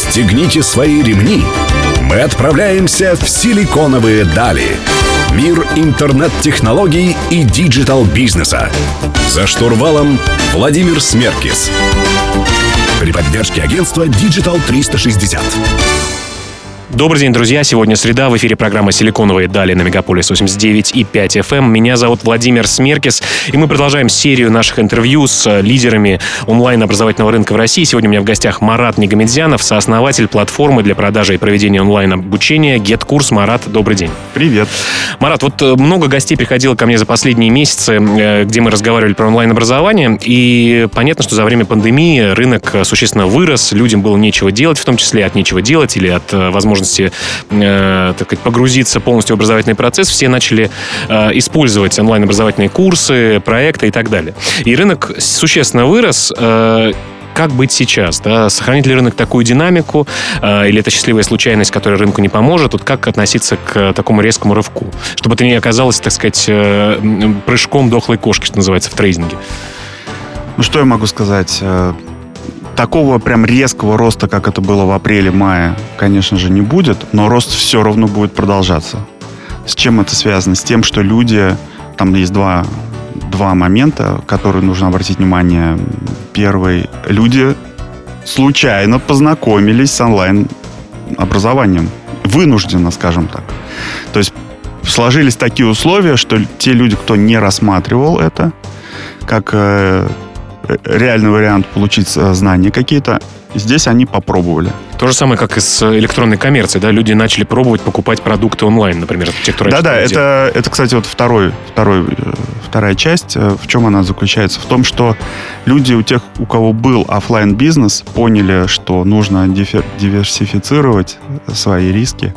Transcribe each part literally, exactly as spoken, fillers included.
Расстегните свои ремни. Мы отправляемся в силиконовые дали. Мир интернет-технологий и диджитал-бизнеса. За штурвалом Владимир Смеркис. При поддержке агентства Digital триста шестьдесят. Добрый день, друзья. Сегодня среда. В эфире программа «Силиконовые дали» на Мегаполис восемьдесят девять и пять эф эм. Меня зовут Владимир Смеркис. И мы продолжаем серию наших интервью с лидерами онлайн-образовательного рынка в России. Сегодня у меня в гостях Марат Нигамедзянов, сооснователь платформы для продажи и проведения онлайн-обучения GetCourse. Марат, добрый день. Привет. Марат, вот много гостей приходило ко мне за последние месяцы, где мы разговаривали про онлайн-образование. И понятно, что за время пандемии рынок существенно вырос. Людям было нечего делать, в том числе от нечего делать или от возможности Э, так сказать, погрузиться полностью в образовательный процесс, все начали э, использовать онлайн-образовательные курсы, проекты и так далее. И рынок существенно вырос. Э, Как быть сейчас? Да? Сохранит ли рынок такую динамику? Э, или это счастливая случайность, которая рынку не поможет? Вот как относиться к такому резкому рывку? Чтобы это не оказалось, так сказать, э, прыжком дохлой кошки, что называется, в трейдинге. Ну, что я могу сказать? Такого прям резкого роста, как это было в апреле-мае, конечно же, не будет, но рост все равно будет продолжаться. С чем это связано? С тем, что люди... Там есть два, два момента, которые нужно обратить внимание. Первый. Люди случайно познакомились с онлайн-образованием. Вынужденно, скажем так. То есть сложились такие условия, что те люди, кто не рассматривал это, как... реальный вариант получить знания какие-то, здесь они попробовали. То же самое, как и с электронной коммерцией, да, люди начали пробовать покупать продукты онлайн, например, те, кто раньше. Да-да, это, это, кстати, вот второй, второй, вторая часть, в чем она заключается? В том, что люди, у тех, у кого был офлайн-бизнес, поняли, что нужно диверсифицировать свои риски,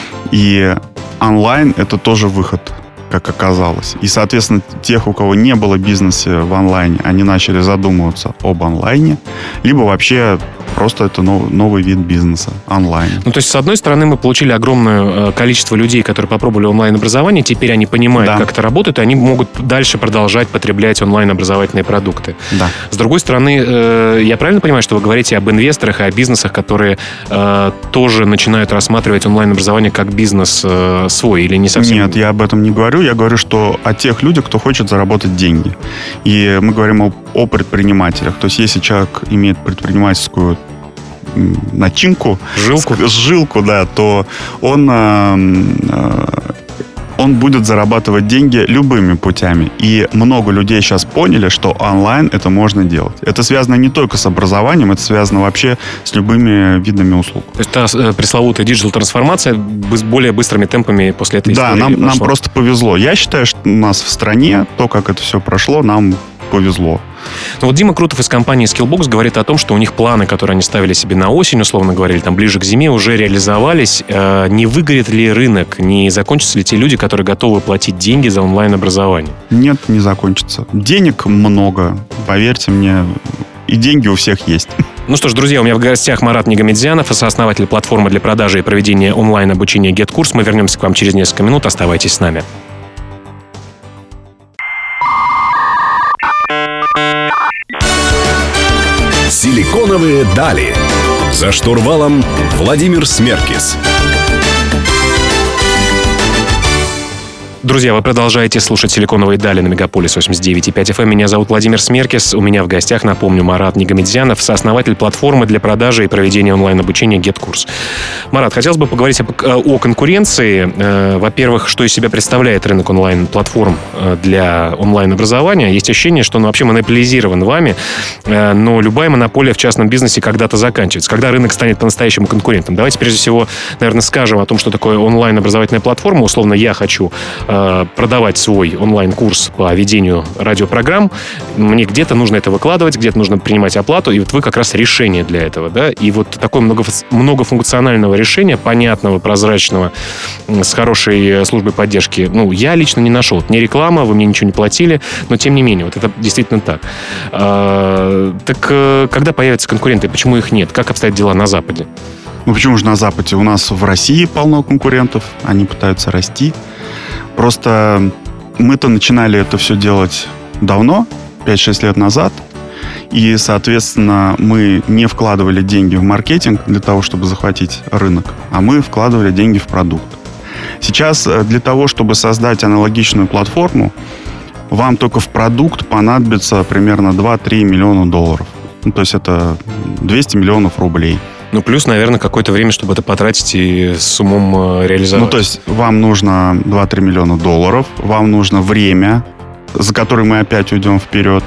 и онлайн — это тоже выход, как оказалось. И, соответственно, тех, у кого не было бизнеса в онлайне, они начали задумываться об онлайне, либо вообще просто это новый вид бизнеса онлайн. Ну, то есть, с одной стороны, мы получили огромное количество людей, которые попробовали онлайн-образование, теперь они понимают, да, как это работает, и они могут дальше продолжать потреблять онлайн-образовательные продукты. Да. С другой стороны, я правильно понимаю, что вы говорите об инвесторах и о бизнесах, которые тоже начинают рассматривать онлайн-образование как бизнес свой, или не совсем? Нет, я об этом не говорю. Я говорю, что о тех людях, кто хочет заработать деньги. И мы говорим о, о предпринимателях. То есть, если человек имеет предпринимательскую начинку, жилку, с, жилку, да, то он, э, он будет зарабатывать деньги любыми путями. И много людей сейчас поняли, что онлайн это можно делать. Это связано не только с образованием, это связано вообще с любыми видами услуг. То есть та пресловутая диджитал-трансформация с более быстрыми темпами после этой да, истории. Да, нам, нам просто повезло. Я считаю, что у нас в стране, то, как это все прошло, нам повезло. Ну вот Дима Крутов из компании Skillbox говорит о том, что у них планы, которые они ставили себе на осень, условно говоря, или там ближе к зиме, уже реализовались. Э, не выгорит ли рынок? Не закончатся ли те люди, которые готовы платить деньги за онлайн-образование? Нет, не закончится. Денег много, поверьте мне. И деньги у всех есть. Ну что ж, друзья, у меня в гостях Марат Нигамедзянов, сооснователь платформы для продажи и проведения онлайн-обучения GetCourse. Мы вернемся к вам через несколько минут. Оставайтесь с нами. Силиконовые дали. За штурвалом Владимир Смеркис. Друзья, вы продолжаете слушать «Силиконовые дали» на Мегаполис восемьдесят девять и пять эф эм. Меня зовут Владимир Смеркис. У меня в гостях, напомню, Марат Нигамедзянов, сооснователь платформы для продажи и проведения онлайн-обучения GetCourse. Марат, хотелось бы поговорить о, о конкуренции. Во-первых, что из себя представляет рынок онлайн-платформ для онлайн-образования. Есть ощущение, что он вообще монополизирован вами, но любая монополия в частном бизнесе когда-то заканчивается. Когда рынок станет по-настоящему конкурентом? Давайте прежде всего, наверное, скажем о том, что такое онлайн-образовательная платформа. Условно, я хочу продавать свой онлайн-курс по ведению радиопрограмм, мне где-то нужно это выкладывать, где-то нужно принимать оплату, и вот вы как раз решение для этого, да, и вот такое многофункционального решения, понятного, прозрачного, с хорошей службой поддержки, ну, я лично не нашел. Не реклама, вы мне ничего не платили, но тем не менее, вот это действительно так. А, так когда появятся конкуренты, почему их нет? Как обстоят дела на Западе? Ну, почему же на Западе? У нас в России полно конкурентов, они пытаются расти. Просто мы-то начинали это все делать давно, пять-шесть лет назад, И, соответственно, мы не вкладывали деньги в маркетинг для того, чтобы захватить рынок, а мы вкладывали деньги в продукт. Сейчас для того, чтобы создать аналогичную платформу, вам только в продукт понадобится примерно два-три миллиона долларов. Ну, то есть это двести миллионов рублей. Ну, плюс, наверное, какое-то время, чтобы это потратить и с умом реализовать. Ну, то есть вам нужно два-три миллиона долларов, вам нужно время, за которое мы опять уйдем вперед,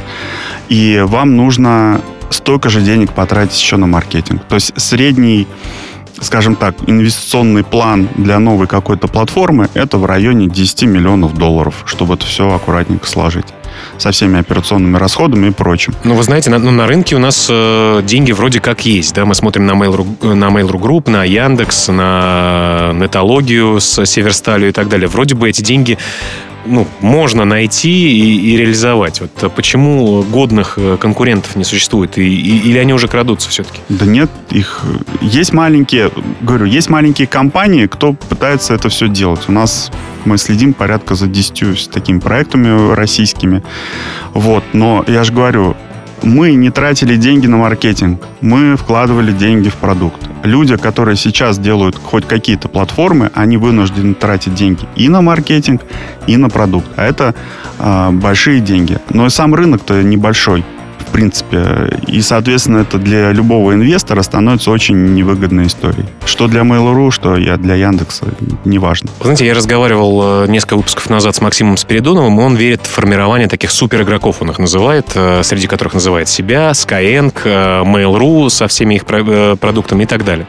и вам нужно столько же денег потратить еще на маркетинг. То есть средний, скажем так, инвестиционный план для новой какой-то платформы — это в районе десять миллионов долларов, чтобы это все аккуратненько сложить со всеми операционными расходами и прочим. Ну, вы знаете, на, ну, на рынке у нас э, деньги вроде как есть, да, мы смотрим на Mail.ru, на Mail.ru Group, на Яндекс, на Нетологию с Северсталью и так далее. Вроде бы эти деньги, ну, можно найти и, и реализовать. Вот почему годных конкурентов не существует? И, и, или они уже крадутся все-таки? Да нет, их есть маленькие, говорю, есть маленькие компании, кто пытается это все делать. У нас мы следим порядка за десятью такими проектами российскими. Вот, но я же говорю, мы не тратили деньги на маркетинг, мы вкладывали деньги в продукт. Люди, которые сейчас делают хоть какие-то платформы, они вынуждены тратить деньги и на маркетинг, и на продукт. А это э, большие деньги. Но и сам рынок-то небольшой, в принципе. И, соответственно, это для любого инвестора становится очень невыгодной историей. Что для Mail.ru, что я для Яндекса, неважно. Вы знаете, я разговаривал несколько выпусков назад с Максимом Спиридоновым, и он верит в формирование таких суперигроков, он их называет, среди которых называет себя, Skyeng, Mail.ru со всеми их продуктами и так далее.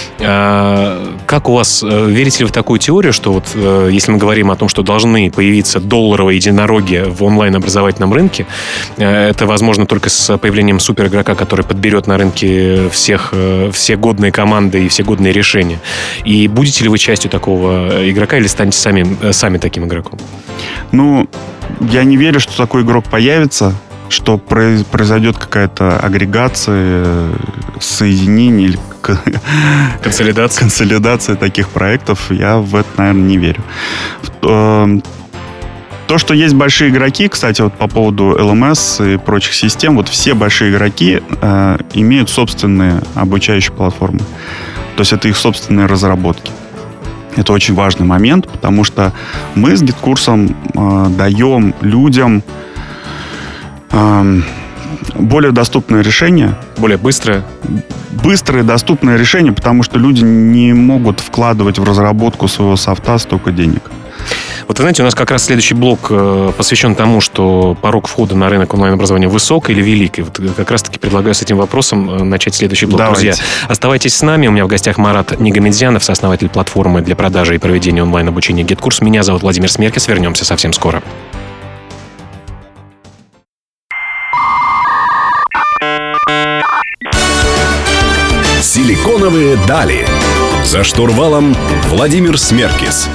Как у вас, верите ли вы в такую теорию, что вот если мы говорим о том, что должны появиться долларовые единороги в онлайн-образовательном рынке, это возможно только с появлением суперигрока, который подберет на рынке всех, все годные команды и все годные решения. И будете ли вы частью такого игрока или станете сами, сами таким игроком? Ну, я не верю, что такой игрок появится, что произойдет какая-то агрегация, соединение или консолидация. консолидация таких проектов. Я в это, наверное, не верю. То, что есть большие игроки, кстати, вот по поводу эл эм эс и прочих систем, вот все большие игроки э, имеют собственные обучающие платформы. То есть это их собственные разработки. Это очень важный момент, потому что мы с GitKurs э, даем людям э, более доступное решение. Более быстрое. Быстрое, доступное решение, потому что люди не могут вкладывать в разработку своего софта столько денег. Вот, вы знаете, у нас как раз следующий блок посвящен тому, что порог входа на рынок онлайн-образования высок или велик. И вот как раз-таки предлагаю с этим вопросом начать следующий блок. Давайте. Друзья, оставайтесь с нами. У меня в гостях Марат Нигамедзянов, сооснователь платформы для продажи и проведения онлайн-обучения GitKurs. Меня зовут Владимир Смеркис. Вернемся совсем скоро. Силиконовые дали. За штурвалом Владимир Смеркис.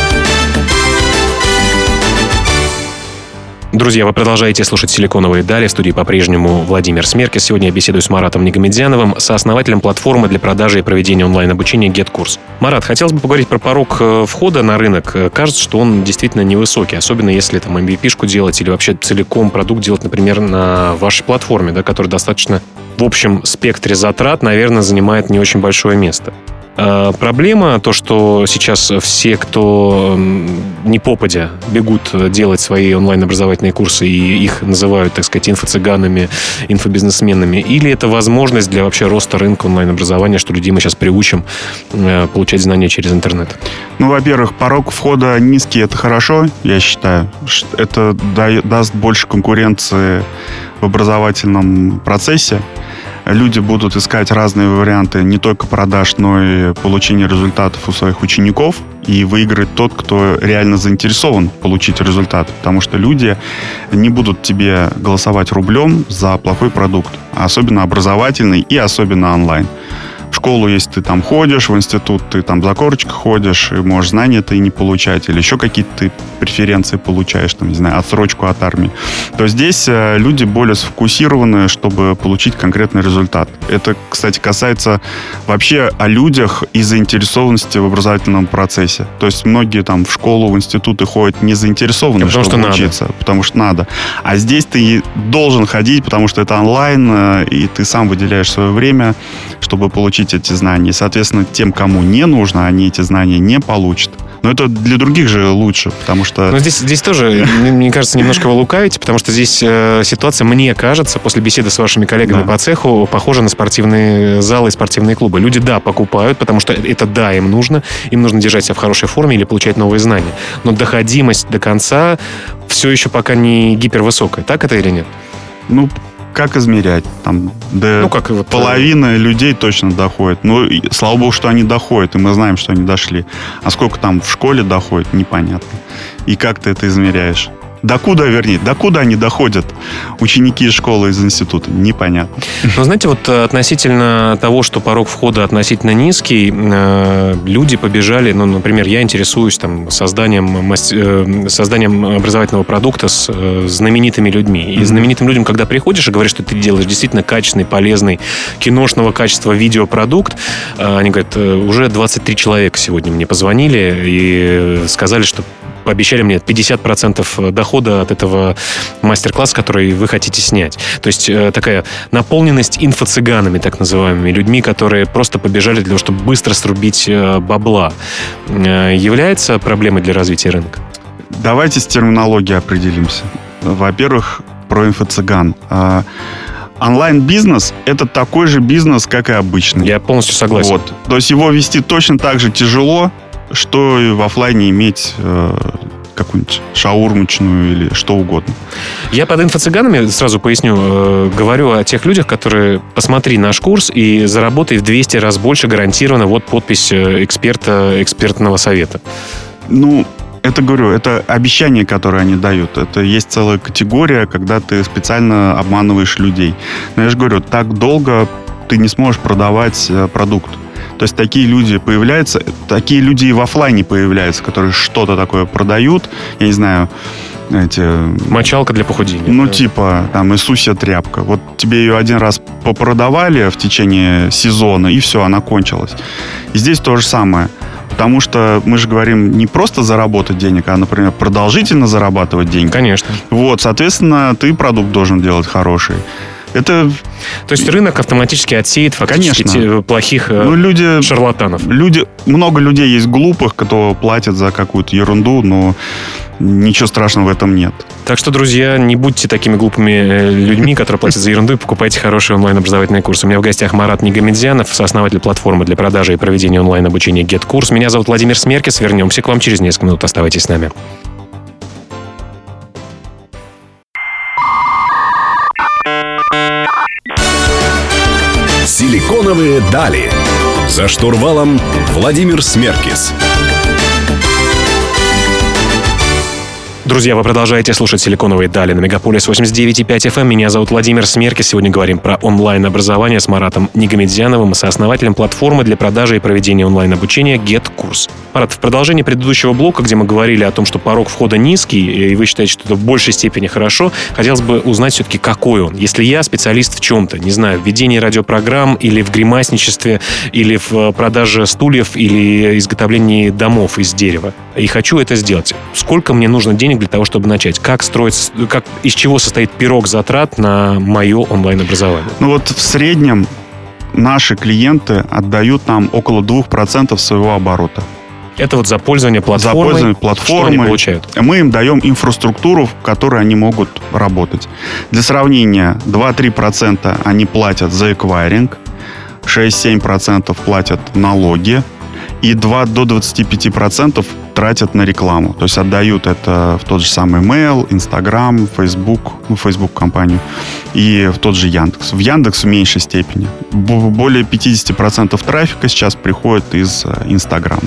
Друзья, вы продолжаете слушать «Силиконовые дали». В студии по-прежнему Владимир Смеркис. Сегодня я беседую с Маратом Нигамедзяновым, сооснователем платформы для продажи и проведения онлайн-обучения GitKurs. Марат, хотелось бы поговорить про порог входа на рынок. Кажется, что он действительно невысокий, особенно если там эм ви пи-шку делать или вообще целиком продукт делать, например, на вашей платформе, да, который достаточно в общем спектре затрат, наверное, занимает не очень большое место. А проблема то, что сейчас все, кто не попадя, бегут делать свои онлайн-образовательные курсы, и их называют, так сказать, инфо-цыганами, инфобизнесменами, или это возможность для вообще роста рынка онлайн-образования, что людей мы сейчас приучим получать знания через интернет? Ну, во-первых, порог входа низкий, это хорошо, я считаю. Это даст больше конкуренции в образовательном процессе. Люди будут искать разные варианты не только продаж, но и получения результатов у своих учеников. И выиграет тот, кто реально заинтересован получить результат. Потому что люди не будут тебе голосовать рублем за плохой продукт. Особенно образовательный и особенно онлайн. В школу, если ты там ходишь, в институт ты там за корочкой ходишь, и можешь знания ты не получать, или еще какие-то ты преференции получаешь, там, не знаю, отсрочку от армии, то здесь люди более сфокусированы, чтобы получить конкретный результат. Это, кстати, касается вообще о людях и заинтересованности в образовательном процессе. То есть многие там в школу, в институты ходят не заинтересованные, потому чтобы что учиться, надо. потому что надо. А здесь ты должен ходить, потому что это онлайн, и ты сам выделяешь свое время, чтобы получить эти знания. И, соответственно, тем, кому не нужно, они эти знания не получат. Но это для других же лучше, потому что... Но здесь, здесь тоже, мне кажется, немножко вы лукавите, потому что здесь э, ситуация, мне кажется, после беседы с вашими коллегами Да. по цеху, похожа на спортивные залы и спортивные клубы. Люди, да, покупают, потому что это, да, им нужно. Им нужно держать себя в хорошей форме или получать новые знания. Но доходимость до конца все еще пока не гипервысокая. Так это или нет? Ну, как измерять? Там до Ну, как вот, половины людей точно доходит. Ну, и, слава богу, что они доходят, и мы знаем, что они дошли. А сколько там в школе доходит, непонятно. И как ты это измеряешь? Докуда, вернее, докуда они доходят, ученики из школы, из института, непонятно. Но знаете, вот относительно того, что порог входа относительно низкий, э, люди побежали, ну, например, я интересуюсь там созданием, мас- э, созданием образовательного продукта с э, знаменитыми людьми. И Mm-hmm. знаменитым людям, когда приходишь и говоришь, что ты делаешь действительно качественный, полезный, киношного качества видеопродукт, э, они говорят, э, уже двадцать три человека сегодня мне позвонили и сказали, что пообещали мне пятьдесят процентов дохода от этого мастер-класса, который вы хотите снять. То есть э, такая наполненность инфо-цыганами, так называемыми, людьми, которые просто побежали для того, чтобы быстро срубить э, бабла. Э, является проблемой для развития рынка? Давайте с терминологией определимся. Во-первых, про инфо-цыган. А, онлайн-бизнес – это такой же бизнес, как и обычный. Я полностью согласен. Вот. То есть его вести точно так же тяжело, что и в офлайне иметь э, какую-нибудь шаурмочную или что угодно. Я под инфо-цыганами, сразу поясню, э, говорю о тех людях, которые посмотри наш курс и заработай в двести раз больше гарантированно. Вот подпись эксперта, экспертного совета. Ну, это, говорю, это обещание, которое они дают. Это есть целая категория, когда ты специально обманываешь людей. Но я же говорю, так долго ты не сможешь продавать э, продукт. То есть такие люди появляются, такие люди и в офлайне появляются, которые что-то такое продают. Я не знаю, эти... Мочалка для похудения. Ну, да. типа, там, Иисусья тряпка. Вот тебе ее один раз попродавали в течение сезона, и все, она кончилась. И здесь то же самое. Потому что мы же говорим не просто заработать денег, а, например, продолжительно зарабатывать деньги. Конечно. Вот, соответственно, ты продукт должен делать хороший. Это... То есть рынок автоматически отсеет фактически те, плохих э, ну, люди, шарлатанов. Люди, много людей есть глупых, кто платит за какую-то ерунду, но ничего страшного в этом нет. Так что, друзья, не будьте такими глупыми людьми, которые платят за ерунду, и покупайте хороший онлайн-образовательный курс. У меня в гостях Марат Нигамедзянов, сооснователь платформы для продажи и проведения онлайн-обучения GetCourse. Меня зовут Владимир Смеркис. Вернемся к вам через несколько минут. Оставайтесь с нами. Силиконовые дали. За штурвалом Владимир Смеркис. Друзья, вы продолжаете слушать «Силиконовые дали» на Мегаполис восемьдесят девять и пять эф эм. Меня зовут Владимир Смеркис. Сегодня говорим про онлайн-образование с Маратом Нигамедзяновым, сооснователем платформы для продажи и проведения онлайн-обучения GetCourse. Марат, в продолжении предыдущего блока, где мы говорили о том, что порог входа низкий, и вы считаете, что это в большей степени хорошо, хотелось бы узнать все-таки, какой он. Если я специалист в чем-то, не знаю, в ведении радиопрограмм, или в гримасничестве, или в продаже стульев, или изготовлении домов из дерева, и хочу это сделать, сколько мне нужно денег для того, чтобы начать? Как строить, как, из чего состоит пирог затрат на мое онлайн-образование? Ну вот в среднем наши клиенты отдают нам около двух процентов своего оборота. Это вот за пользование платформой. За пользование Что они платформой. получают? Мы им даем инфраструктуру, в которой они могут работать. Для сравнения, два-три процента они платят за эквайринг, шесть-семь процентов платят налоги, и два до двадцати пяти процентов тратят на рекламу. То есть отдают это в тот же самый Mail, Instagram, Facebook, ну, Facebook компанию, и в тот же Яндекс. В Яндекс в меньшей степени. Более пятьдесят процентов трафика сейчас приходит из Инстаграма.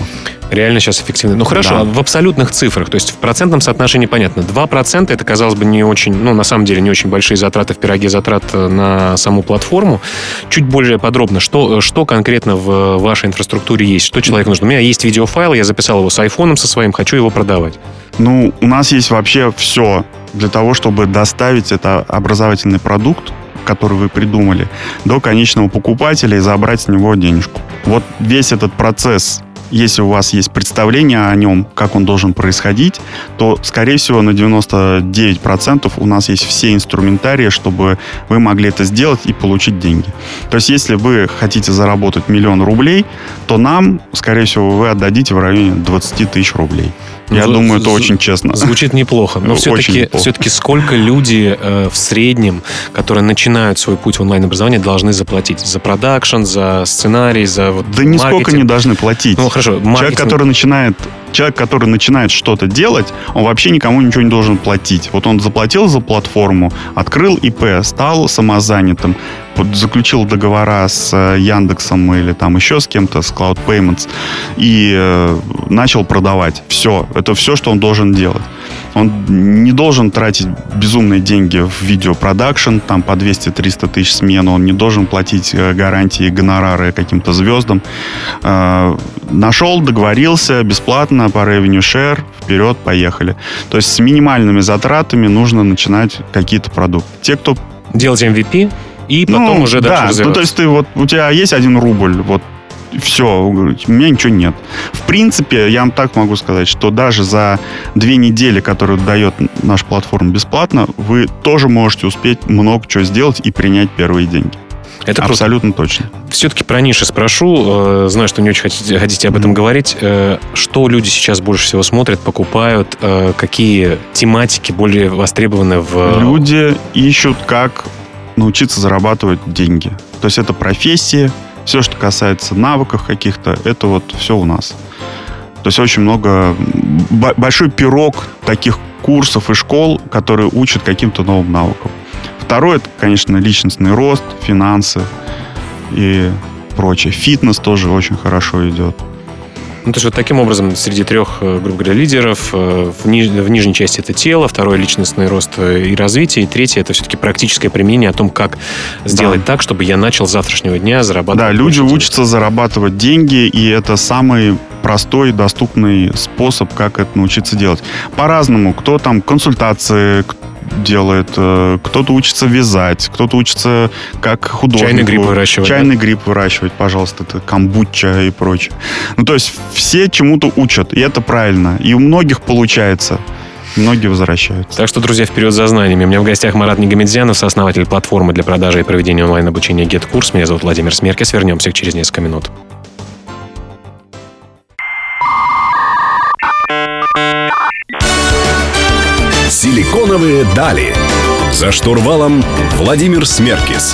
Реально сейчас эффективно. Ну хорошо, Да. а в абсолютных цифрах, то есть в процентном соотношении понятно. два процента это, казалось бы, не очень, ну на самом деле не очень большие затраты в пироге затрат на саму платформу. Чуть более подробно, что, что конкретно в вашей инфраструктуре есть, что человеку нужно. У меня есть видеофайл, я записал его с айфоном со своим, хочу его продавать. Ну, у нас есть вообще все для того, чтобы доставить это образовательный продукт, который вы придумали, до конечного покупателя и забрать с него денежку. Вот весь этот процесс, если у вас есть представление о нем, как он должен происходить, то, скорее всего, на девяносто девять процентов у нас есть все инструментарии, чтобы вы могли это сделать и получить деньги. То есть, если вы хотите заработать миллион рублей, то нам, скорее всего, вы отдадите в районе двадцать тысяч рублей. Я Ну, думаю, это з- очень честно. Звучит неплохо. Но Очень все-таки, неплохо. все-таки сколько люди э, в среднем, которые начинают свой путь в онлайн-образование, должны заплатить? За продакшн, за сценарий, за вот Да нисколько маркетинг? не должны платить. Ну, хорошо, Человек, маркетинг. который начинает, человек, который начинает что-то делать, он вообще никому ничего не должен платить. Вот он заплатил за платформу, открыл ИП, стал самозанятым, вот заключил договора с э, Яндексом или там еще с кем-то, с Cloud Payments, и э, начал продавать. Все. Это все, что он должен делать. Он не должен тратить безумные деньги в видеопродакшн, там по двести-триста тысяч смену, он не должен платить э, гарантии, гонорары каким-то звездам. Э, нашел, договорился, бесплатно по revenue share, вперед, поехали. То есть с минимальными затратами нужно начинать какие-то продукты. Те, кто... Делать эм ви пи и потом ну, уже дальше да, развиваться. ну то есть ты вот, у тебя есть один рубль, вот все, у меня ничего нет. В принципе, я вам так могу сказать, что даже за две недели, которые дает наша платформа бесплатно, вы тоже можете успеть много чего сделать и принять первые деньги. Это круто. Абсолютно точно. Все-таки про ниши спрошу. Э, Знаю, что не очень хотите, хотите об этом говорить. Э, Что люди сейчас больше всего смотрят, покупают? Э, Какие тематики более востребованы в... Люди ищут, как научиться зарабатывать деньги. То есть это профессии, все, что касается навыков каких-то, это вот все у нас. То есть очень много, б- большой пирог таких курсов и школ, которые учат каким-то новым навыкам. Второе, это, конечно, личностный рост, финансы и прочее. Фитнес тоже очень хорошо идет. Ну, то есть вот таким образом среди трех, э, грубо говоря, лидеров э, в, ниж- в нижней части это тело, второе — личностный рост э, и развитие, и третье — это все-таки практическое применение о том, как сделать так, чтобы я начал с завтрашнего дня зарабатывать. Да, люди больше денег. учатся зарабатывать деньги, и это самый простой, доступный способ, как это научиться делать. По-разному. Кто там консультации делает, э, кто-то учится вязать, кто-то учится как художник. Чайный гриб выращивать. Чайный гриб выращивать, пожалуйста, это камбуча и прочее. Ну, то есть все чему-то учат, и это правильно. И у многих получается. Многие возвращаются. Так что, друзья, вперед за знаниями. У меня в гостях Марат Нигамедзянов, сооснователь платформы для продажи и проведения онлайн-обучения GetCourse. Меня зовут Владимир Смеркис. Вернемся через несколько минут. Силиконовые дали. За штурвалом Владимир Смеркис.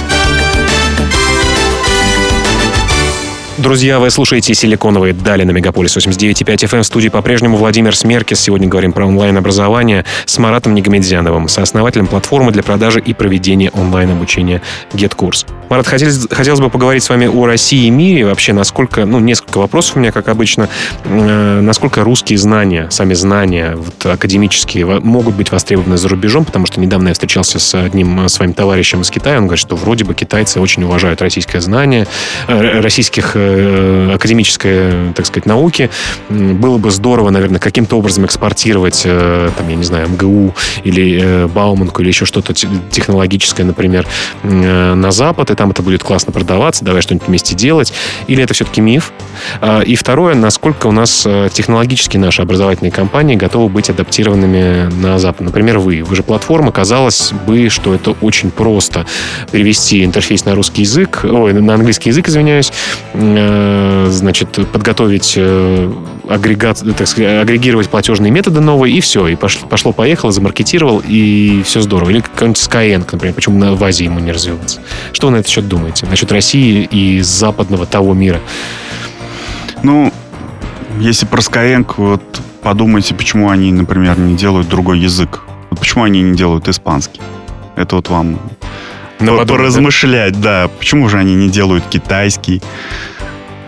Друзья, вы слушаете «Силиконовые дали» на Мегаполис восемьдесят девять и пять эф эм. В студии по-прежнему Владимир Смеркис. Сегодня говорим про онлайн-образование с Маратом Нигамедзяновым, сооснователем платформы для продажи и проведения онлайн-обучения GetCourse. Марат, хотелось, хотелось бы поговорить с вами о России и мире. Вообще, насколько, ну, несколько вопросов у меня, как обычно. Э, насколько русские знания, сами знания вот, академические, во- могут быть востребованы за рубежом? Потому что недавно я встречался с одним своим товарищем из Китая. Он говорит, что вроде бы китайцы очень уважают российское знание, э, российских э, академической, так сказать, науки. М, Было бы здорово, наверное, каким-то образом экспортировать, э, там, я не знаю, эм гэ у или э, Бауманку или еще что-то те- технологическое, например, э, на Запад, и там это будет классно продаваться, давай что-нибудь вместе делать. Или это все-таки миф? А, И второе, насколько у нас э, технологически наши образовательные компании готовы быть адаптированными на Запад. Например, вы. Вы же платформа, казалось бы, что это очень просто перевести интерфейс на русский язык, ой, на английский язык, извиняюсь, э, значит, подготовить э, агрегат, так сказать, агрегировать платежные методы новые, и все. И пошло- пошло-поехало, замаркетировал, и все здорово. Или какой-нибудь Skyeng, например, почему на- в Азии ему не развиваться. Что вы на этот счет думаете? Насчет России и западного того мира? Ну, если про Skyeng, вот подумайте, почему они, например, не делают другой язык. Вот почему они не делают испанский. Это вот вам На по- подумать, да? поразмышлять, да? Почему же они не делают китайский?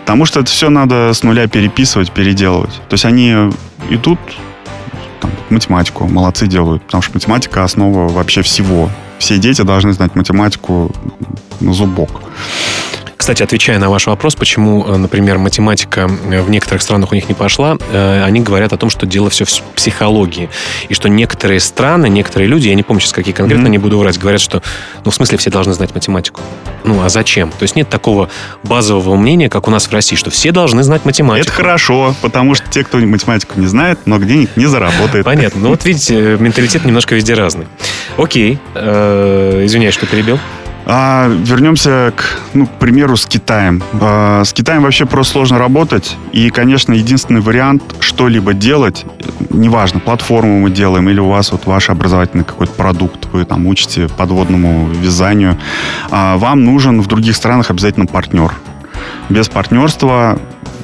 Потому что это все надо с нуля переписывать, переделывать. То есть они идут, там, математику, молодцы делают, потому что математика — основа вообще всего. Все дети должны знать математику на зубок. Кстати, отвечая на ваш вопрос, почему, например, математика в некоторых странах у них не пошла, они говорят о том, что дело все в психологии. И что некоторые страны, некоторые люди, я не помню сейчас, какие конкретно, mm-hmm. не буду врать, говорят, что, ну, в смысле, все должны знать математику. Ну, а зачем? То есть нет такого базового мнения, как у нас в России, что все должны знать математику. Это хорошо, потому что те, кто математику не знает, много денег не заработает. Понятно. Ну, вот видите, менталитет немножко везде разный. Окей. Извиняюсь, что перебил. А, вернемся к, ну, к примеру, с Китаем. А, с Китаем вообще просто сложно работать. И, конечно, единственный вариант что-либо делать, неважно, платформу мы делаем, или у вас вот ваш образовательный какой-то продукт, вы там учите подводному вязанию, а, вам нужен в других странах обязательно партнер. Без партнерства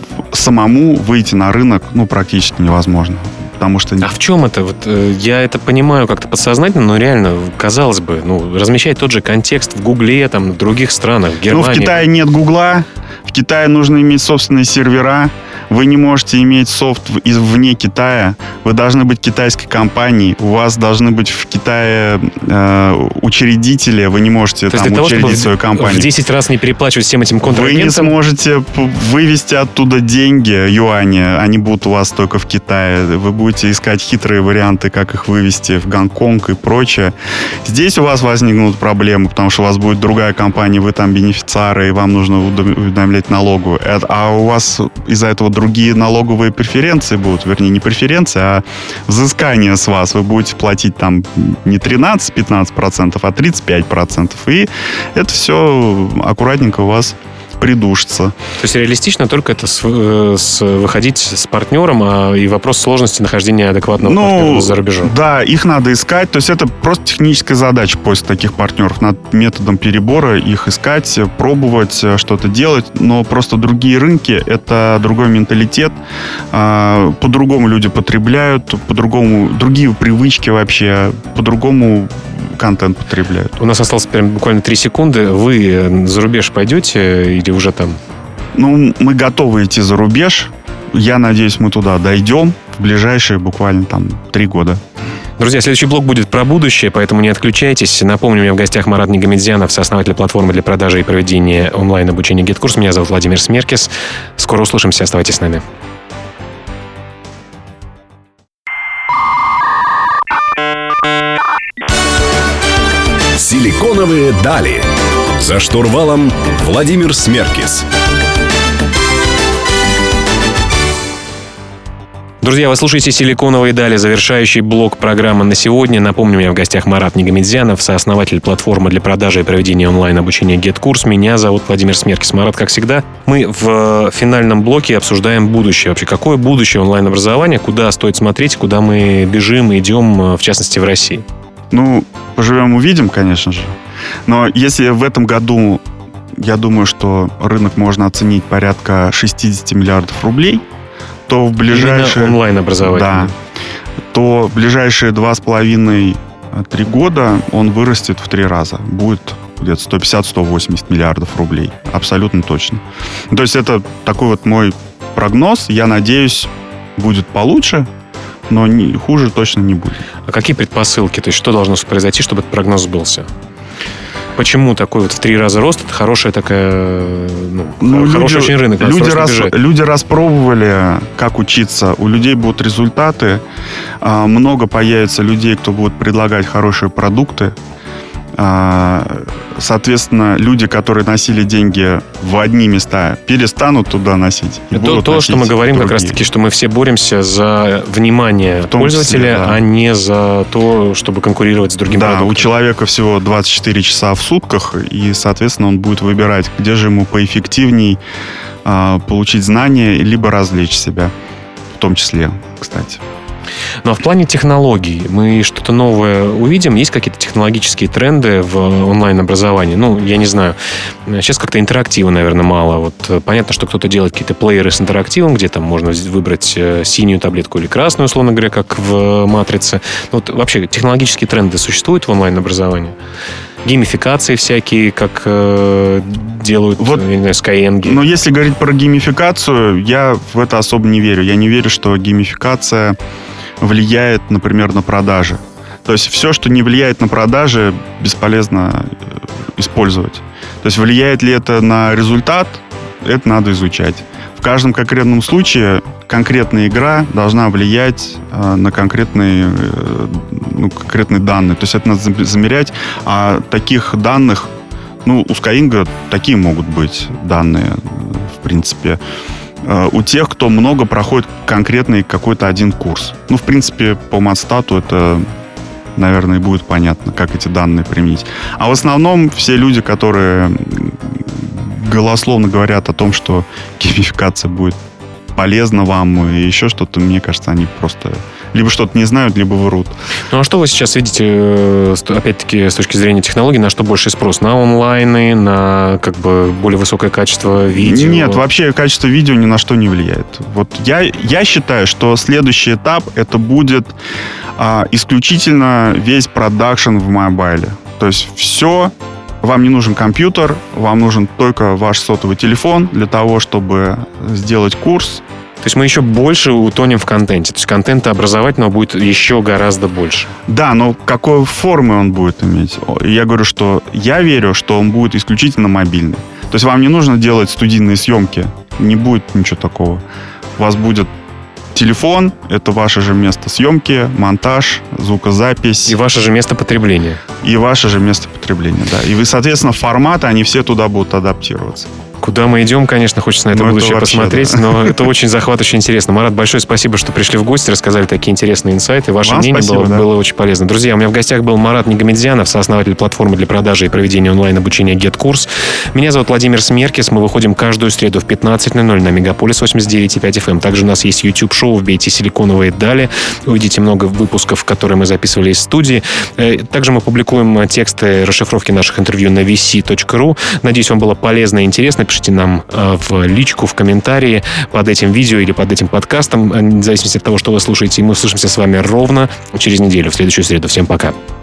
самому выйти на рынок, ну, практически невозможно. Потому что... А в чем это? Вот, э, я это понимаю как-то подсознательно, но реально, казалось бы, ну, размещать тот же контекст в Гугле, там, в других странах, в Германии. Ну, в Китае нет Гугла, в Китае нужно иметь собственные сервера, вы не можете иметь софт из вне Китая, вы должны быть китайской компанией, у вас должны быть в Китае э, учредители, вы не можете То там есть для учредить того, свою компанию. В десять раз не переплачивать всем этим контрагентам? Вы не сможете вывести оттуда деньги, юани, они будут у вас только в Китае. Вы будете искать хитрые варианты, как их вывести в Гонконг и прочее. Здесь у вас возникнут проблемы, потому что у вас будет другая компания, вы там бенефициары, и вам нужно уведомлять налоговую. А у вас из-за этого другие налоговые преференции будут, вернее, не преференции, а взыскание с вас. Вы будете платить там не тринадцать-пятнадцать процентов, а тридцать пять процентов. И это все аккуратненько у вас придушится. То есть реалистично только это с, с, выходить с партнером, а и вопрос сложности нахождения адекватного ну, партнера за рубежом. Да, их надо искать. То есть это просто техническая задача поиск таких партнеров. Надо методом перебора их искать, пробовать что-то делать. Но просто другие рынки — это другой менталитет. По-другому люди потребляют, по-другому другие привычки вообще, по-другому контент потребляют. У нас осталось прям буквально три секунды. Вы за рубеж пойдете или уже там? Ну, мы готовы идти за рубеж. Я надеюсь, мы туда дойдем в ближайшие буквально там три года. Друзья, следующий блок будет про будущее, поэтому не отключайтесь. Напомню, у меня в гостях Марат Нигамедзянов, сооснователь платформы для продажи и проведения онлайн-обучения GetCourse. Меня зовут Владимир Смеркис. Скоро услышимся. Оставайтесь с нами. Силиконовые дали. За штурвалом Владимир Смеркис. Друзья, вы слушаете «Силиконовые дали», завершающий блок программы на сегодня. Напомню, у меня в гостях Марат Нигамедзянов, сооснователь платформы для продажи и проведения онлайн-обучения GetCourse. Меня зовут Владимир Смеркис. Марат, как всегда, мы в финальном блоке обсуждаем будущее. Вообще, какое будущее онлайн-образования, куда стоит смотреть, куда мы бежим и идем, в частности, в России? Ну, поживем, увидим, конечно же. Но если в этом году, я думаю, что рынок можно оценить порядка шестьдесят миллиардов рублей, то в ближайшие... Именно онлайн-образование. Да. То в ближайшие два с половиной-три года он вырастет в три раза. Будет где-то сто пятьдесят - сто восемьдесят миллиардов рублей. Абсолютно точно. То есть это такой вот мой прогноз. Я надеюсь, будет получше, но не, хуже точно не будет. А какие предпосылки? То есть что должно произойти, чтобы этот прогноз сбылся? Почему такой вот в три раза рост? Это хорошая такая... Ну, ну, хороший люди, очень рынок. Люди, рас, люди распробовали, как учиться. У людей будут результаты. Много появится людей, кто будет предлагать хорошие продукты. Соответственно, люди, которые носили деньги в одни места, перестанут туда носить. Это то, что мы говорим как раз-таки, что мы все боремся за внимание пользователя, числе, да. а не за то, чтобы конкурировать с другим да, продуктом. У человека всего двадцать четыре часа в сутках, и, соответственно, он будет выбирать, где же ему поэффективней а, получить знания, либо развлечь себя, в том числе, кстати. Ну а в плане технологий мы что-то новое увидим? Есть какие-то технологические тренды в онлайн-образовании? Ну, я не знаю. Сейчас как-то интерактива, наверное, мало. Вот понятно, что кто-то делает какие-то плееры с интерактивом, где там можно выбрать синюю таблетку или красную, условно говоря, как в «Матрице». Вот вообще технологические тренды существуют в онлайн-образовании? Геймификации всякие, как э, делают, Вот, я не знаю, Skyeng. Но если говорить про геймификацию, я в это особо не верю. Я не верю, что геймификация влияет, например, на продажи. То есть все, что не влияет на продажи, бесполезно использовать. То есть влияет ли это на результат, это надо изучать. В каждом конкретном случае конкретная игра должна влиять э, на конкретные, э, ну, конкретные данные. То есть это надо замерять. А таких данных, ну, у Skyeng такие могут быть данные, в принципе. Э, у тех, кто много проходит конкретный какой-то один курс. Ну, в принципе, по Матстату это, наверное, будет понятно, как эти данные применить. А в основном все люди, которые голословно говорят о том, что геймификация будет полезна вам и еще что-то, мне кажется, они просто либо что-то не знают, либо врут. Ну а что вы сейчас видите, опять-таки, с точки зрения технологий, на что больше спрос? На онлайны, на как бы более высокое качество видео? Нет, вообще качество видео ни на что не влияет. Вот я, я считаю, что следующий этап это будет а, исключительно весь продакшн в мобайле. То есть все. Вам не нужен компьютер, вам нужен только ваш сотовый телефон для того, чтобы сделать курс. То есть мы еще больше утонем в контенте. То есть контента образовательного будет еще гораздо больше. Да, но какой формы он будет иметь? Я говорю, что я верю, что он будет исключительно мобильный. То есть вам не нужно делать студийные съемки. Не будет ничего такого. У вас будет телефон, это ваше же место съемки, монтаж, звукозапись. И ваше же место потребления. И ваше же место потребления, да. И вы, соответственно, форматы, они все туда будут адаптироваться. Куда мы идем, конечно, хочется на это ну, будущее это вообще, посмотреть, да. но это очень захватывающе интересно. Марат, большое спасибо, что пришли в гости, рассказали такие интересные инсайты. Ваше Вам мнение спасибо, было, да. было очень полезно. Друзья, у меня в гостях был Марат Нигамедзянов, сооснователь платформы для продажи и проведения онлайн-обучения GetCourse. Меня зовут Владимир Смеркис. Мы выходим каждую среду в пятнадцать ноль ноль на Мегаполис восемьдесят девять и пять эф эм. Также у нас есть YouTube-шоу «Вбейте силиконовые дали». Увидите много выпусков, которые мы записывали из студии. Также мы публикуем тексты расшифровки наших интервью на ви си точка ру. Надеюсь, вам было полезно и интересно. Пишите нам в личку, в комментарии под этим видео или под этим подкастом, в зависимости от того, что вы слушаете. И мы услышимся с вами ровно через неделю, в следующую среду. Всем пока.